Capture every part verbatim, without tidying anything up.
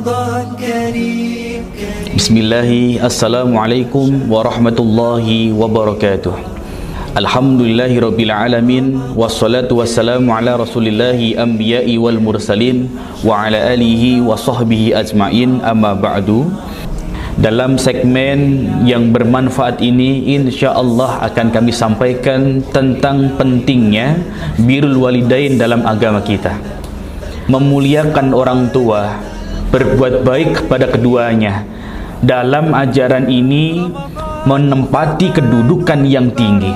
Bismillahi, assalamualaikum warahmatullahi wabarakatuh. Alhamdulillahi rabbil alamin, wassalatu wassalamu ala rasulillahi anbiya'i wal mursalin wa ala alihi wa sahbihi ajma'in, amma ba'du. Dalam segmen yang bermanfaat ini, insyaallah akan kami sampaikan tentang pentingnya birrul walidain dalam agama kita. Memuliakan orang tua, berbuat baik kepada keduanya. Dalam ajaran ini menempati kedudukan yang tinggi.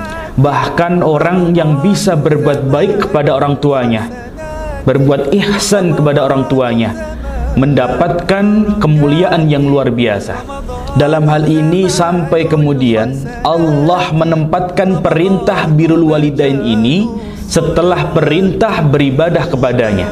Bahkan orang yang bisa berbuat baik kepada orang tuanya, berbuat ihsan kepada orang tuanya, mendapatkan kemuliaan yang luar biasa. Dalam hal ini sampai kemudian Allah menempatkan perintah birrul walidain ini setelah perintah beribadah kepadanya.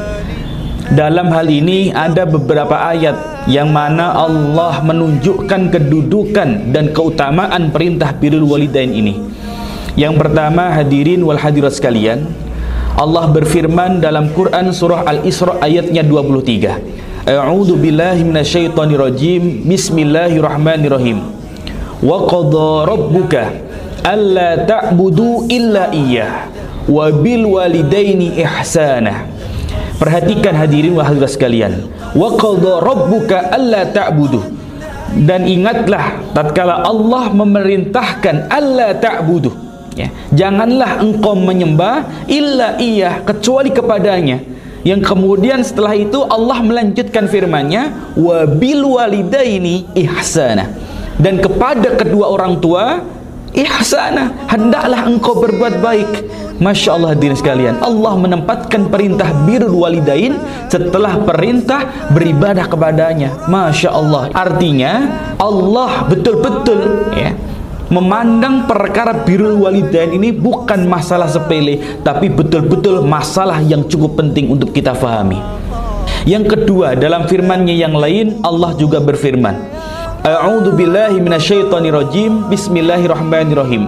Dalam hal ini ada beberapa ayat yang mana Allah menunjukkan kedudukan dan keutamaan perintah birrul walidain ini. Yang pertama, hadirin wal hadirat sekalian, Allah berfirman dalam Quran surah Al-Isra ayatnya dua puluh tiga. A'udzu billahi minasyaitonir rajim. Bismillahirrahmanirrahim. Wa qadha rabbuka alla ta'budu illa iyyah wa bil walidaini ihsana. Perhatikan hadirin wa hadirat sekalian. Wa qadha rabbuka alla ta'budu. Dan ingatlah tatkala Allah memerintahkan alla ta'budu, ya, janganlah engkau menyembah illa iyyah, kecuali kepadanya. Yang kemudian setelah itu Allah melanjutkan firman-Nya, wa bil walidaini ihsana, dan kepada kedua orang tua ihsana, hendaklah engkau berbuat baik. Masya Allah hadirin sekalian, Allah menempatkan perintah birrul walidain setelah perintah beribadah kepadanya. Masya Allah, artinya Allah betul-betul, ya, memandang perkara birrul walidain ini bukan masalah sepele, tapi betul-betul masalah yang cukup penting untuk kita fahami. Yang kedua, dalam firman-Nya yang lain Allah juga berfirman, A'udzu billahi minasyaitonir rajim. Bismillahirrahmanirrahim.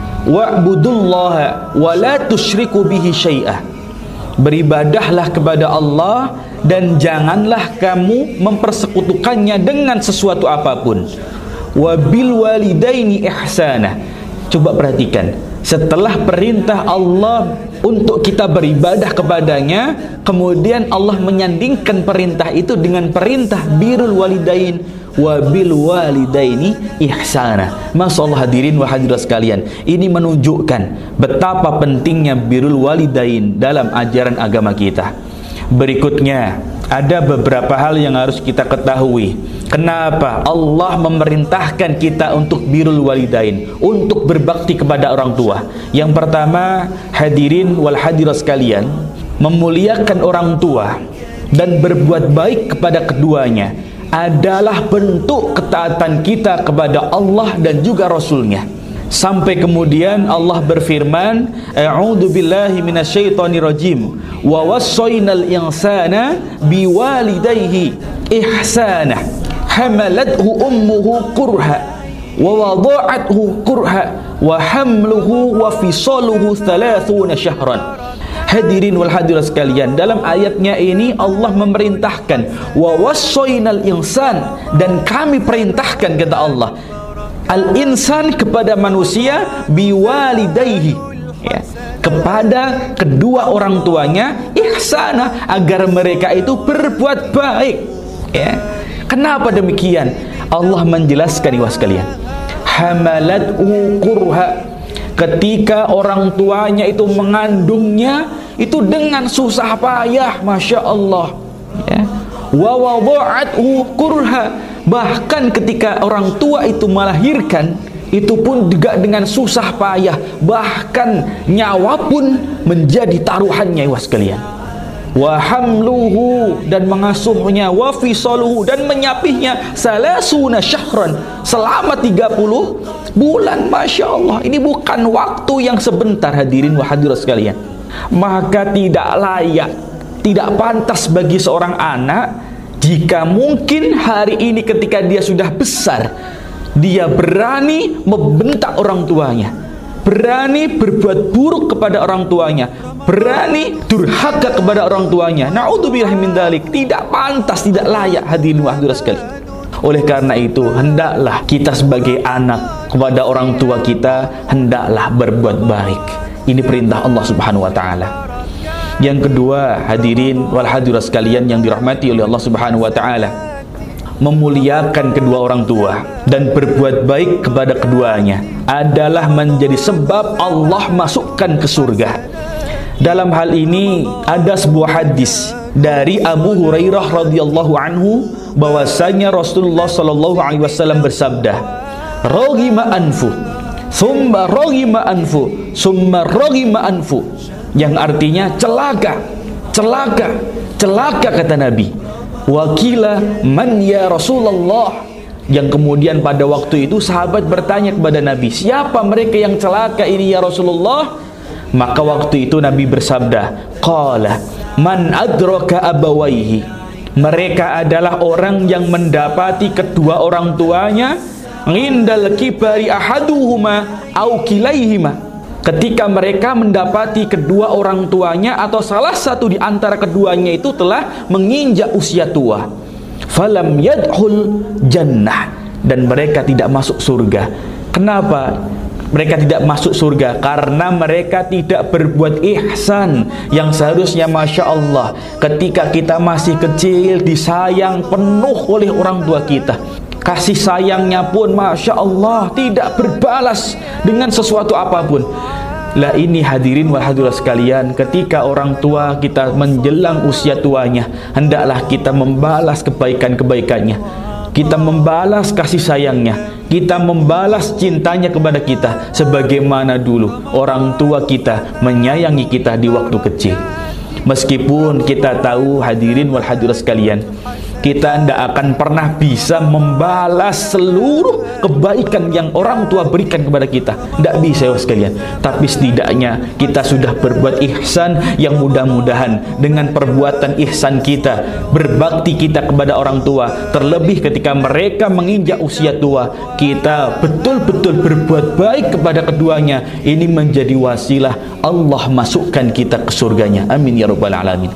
Wa'budullaha wa la tusyriku bihi syai'ah. Beribadahlah kepada Allah dan janganlah kamu mempersekutukannya dengan sesuatu apapun. Wa bil walidaini ihsana. Coba perhatikan, setelah perintah Allah untuk kita beribadah kepadanya, kemudian Allah menyandingkan perintah itu dengan perintah birrul walidain, wa bil walidaini ihsana. Masyaallah hadirin wa hadirat sekalian, ini menunjukkan betapa pentingnya birrul walidain dalam ajaran agama kita. Berikutnya, ada beberapa hal yang harus kita ketahui. Kenapa Allah memerintahkan kita untuk birrul walidain, untuk berbakti kepada orang tua? Yang pertama, hadirin wal hadirat sekalian, memuliakan orang tua dan berbuat baik kepada keduanya adalah bentuk ketaatan kita kepada Allah dan juga Rasul-Nya. Sampai kemudian Allah berfirman, A'udzu billahi minasyaitonir rajim. Wa wassaynal insana biwalidayhi ihsana. Hamalathu ummuhu kurha wa wada'athu kurha wa hamluhu wa fisaluhu thalathuna syahran. Hadirin wal hadirat sekalian, dalam ayatnya ini Allah memerintahkan wa wassaynal insan, dan kami perintahkan, kata Allah, al-insan kepada manusia biwalidayhi, ya, kepada kedua orang tuanya ihsana, agar mereka itu berbuat baik, ya. Kenapa demikian? Allah menjelaskan ikhwas sekalian, hamalathu kurha, ketika orang tuanya itu mengandungnya itu dengan susah payah, masya Allah, ya. Wa wada'athu kurha, bahkan ketika orang tua itu melahirkan itu pun juga dengan susah payah, bahkan nyawa pun menjadi taruhannya ikhwas sekalian. Wa hamluhu, dan mengasuhnya, wa fisaluhu, dan menyapihnya, salasuna syahran, selama tiga puluh bulan. Masya Allah, ini bukan waktu yang sebentar hadirin wa hadirat sekalian. Maka tidak layak, tidak pantas bagi seorang anak jika mungkin hari ini ketika dia sudah besar, dia berani membentak orang tuanya, berani berbuat buruk kepada orang tuanya, berani durhaka kepada orang tuanya. Na'udzubillah min dzalik. Tidak pantas, tidak layak hadirin wa hadirat sekalian. Oleh karena itu, hendaklah kita sebagai anak kepada orang tua kita hendaklah berbuat baik. Ini perintah Allah Subhanahu wa taala. Yang kedua, hadirin wal hadirat sekalian yang dirahmati oleh Allah Subhanahu wa taala, memuliakan kedua orang tua dan berbuat baik kepada keduanya adalah menjadi sebab Allah masukkan ke surga. Dalam hal ini ada sebuah hadis dari Abu Hurairah radhiyallahu anhu bahwasanya Rasulullah sallallahu alaihi wasallam bersabda, "Raghima anfu, summa raghima anfu, summa raghima anfu." Yang artinya celaka, celaka, celaka kata Nabi. Wakila man ya Rasulullah. Yang kemudian pada waktu itu sahabat bertanya kepada Nabi, siapa mereka yang celaka ini ya Rasulullah? Maka waktu itu Nabi bersabda, qala man adraka abawaihi. Mereka adalah orang yang mendapati kedua orang tuanya ngindal kibari ahaduhuma au kilaihima. Ketika mereka mendapati kedua orang tuanya atau salah satu di antara keduanya itu telah menginjak usia tua, falam yadkhul jannah, dan mereka tidak masuk surga. Kenapa mereka tidak masuk surga? Karena mereka tidak berbuat ihsan yang seharusnya. Masya Allah, ketika kita masih kecil disayang penuh oleh orang tua kita, kasih sayangnya pun Masya Allah tidak berbalas dengan sesuatu apapun. Lah ini hadirin wal hadirat sekalian, ketika orang tua kita menjelang usia tuanya, hendaklah kita membalas kebaikan-kebaikannya, kita membalas kasih sayangnya, kita membalas cintanya kepada kita, sebagaimana dulu orang tua kita menyayangi kita di waktu kecil. Meskipun kita tahu hadirin wal hadirat sekalian, kita tidak akan pernah bisa membalas seluruh kebaikan yang orang tua berikan kepada kita. Tidak bisa ya sekalian. Tapi setidaknya kita sudah berbuat ihsan yang mudah-mudahan dengan perbuatan ihsan kita, berbakti kita kepada orang tua, terlebih ketika mereka menginjak usia tua, kita betul-betul berbuat baik kepada keduanya. Ini menjadi wasilah Allah masukkan kita ke surganya. Amin ya rabbal alamin.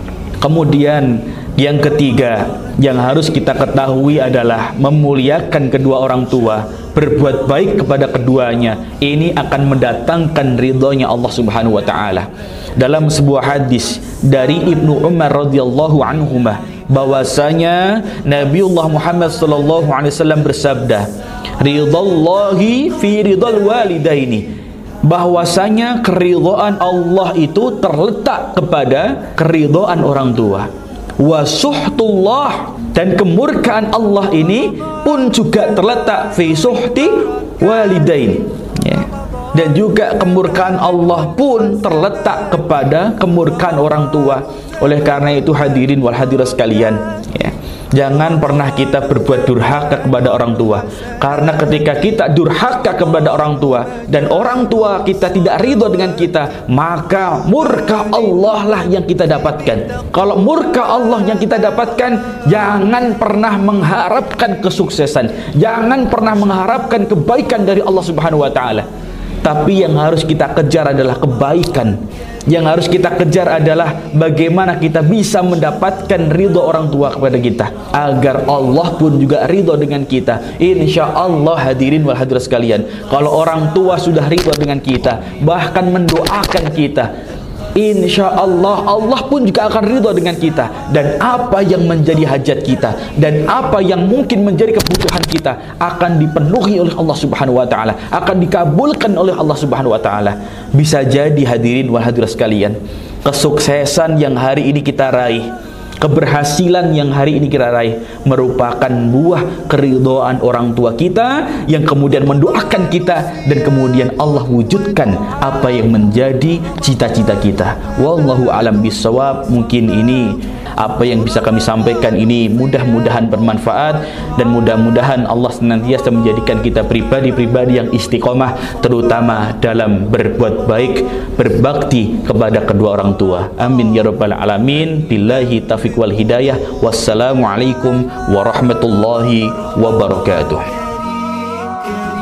Kemudian yang ketiga yang harus kita ketahui adalah memuliakan kedua orang tua, berbuat baik kepada keduanya. Ini akan mendatangkan ridhonya Allah Subhanahu wa taala. Dalam sebuah hadis dari Ibnu Umar radhiyallahu anhuma bahwasanya Nabiullah Muhammad sallallahu alaihi wasallam bersabda, "Ridhallahi fi ridhal walidaini." Bahwasanya keridhaan Allah itu terletak kepada keridhaan orang tua. Wasuhtullah, dan kemurkaan Allah ini pun juga terletak fi suhti walidain, ya. Dan juga kemurkaan Allah pun terletak kepada kemurkaan orang tua. Oleh karena itu hadirin wal hadirat sekalian, ya, jangan pernah kita berbuat durhaka kepada orang tua. Karena ketika kita durhaka kepada orang tua dan orang tua kita tidak ridho dengan kita, maka murka Allah lah yang kita dapatkan. Kalau murka Allah yang kita dapatkan, jangan pernah mengharapkan kesuksesan, jangan pernah mengharapkan kebaikan dari Allah Subhanahu wa taala. Tapi yang harus kita kejar adalah kebaikan. Yang harus kita kejar adalah bagaimana kita bisa mendapatkan ridho orang tua kepada kita, agar Allah pun juga ridho dengan kita. Insya Allah hadirin wal hadirat sekalian, kalau orang tua sudah ridho dengan kita, bahkan mendoakan kita, insya Allah Allah pun juga akan ridho dengan kita. Dan apa yang menjadi hajat kita dan apa yang mungkin menjadi kebutuhan kita akan dipenuhi oleh Allah Subhanahu wa taala, akan dikabulkan oleh Allah Subhanahu wa taala. Bisa jadi hadirin wal hadirat sekalian, kesuksesan yang hari ini kita raih, keberhasilan yang hari ini kita raih merupakan buah keridhaan orang tua kita yang kemudian mendoakan kita, dan kemudian Allah wujudkan apa yang menjadi cita-cita kita. Wallahu alam bisawab. Mungkin ini apa yang bisa kami sampaikan ini mudah-mudahan bermanfaat, dan mudah-mudahan Allah senantiasa menjadikan kita pribadi-pribadi yang istiqomah, terutama dalam berbuat baik, berbakti kepada kedua orang tua. Amin ya rabbal alamin. Billahi taufiq wal hidayah. Wassalamualaikum warahmatullahi wabarakatuh.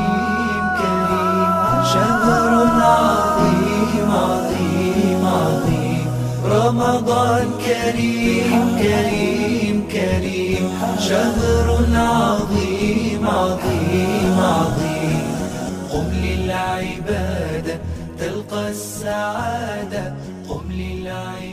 شهر عظيم عظيم عظيم رمضان كريم كريم كريم شهر عظيم عظيم عظيم قم للعبادة تلقى السعادة قم للعبادة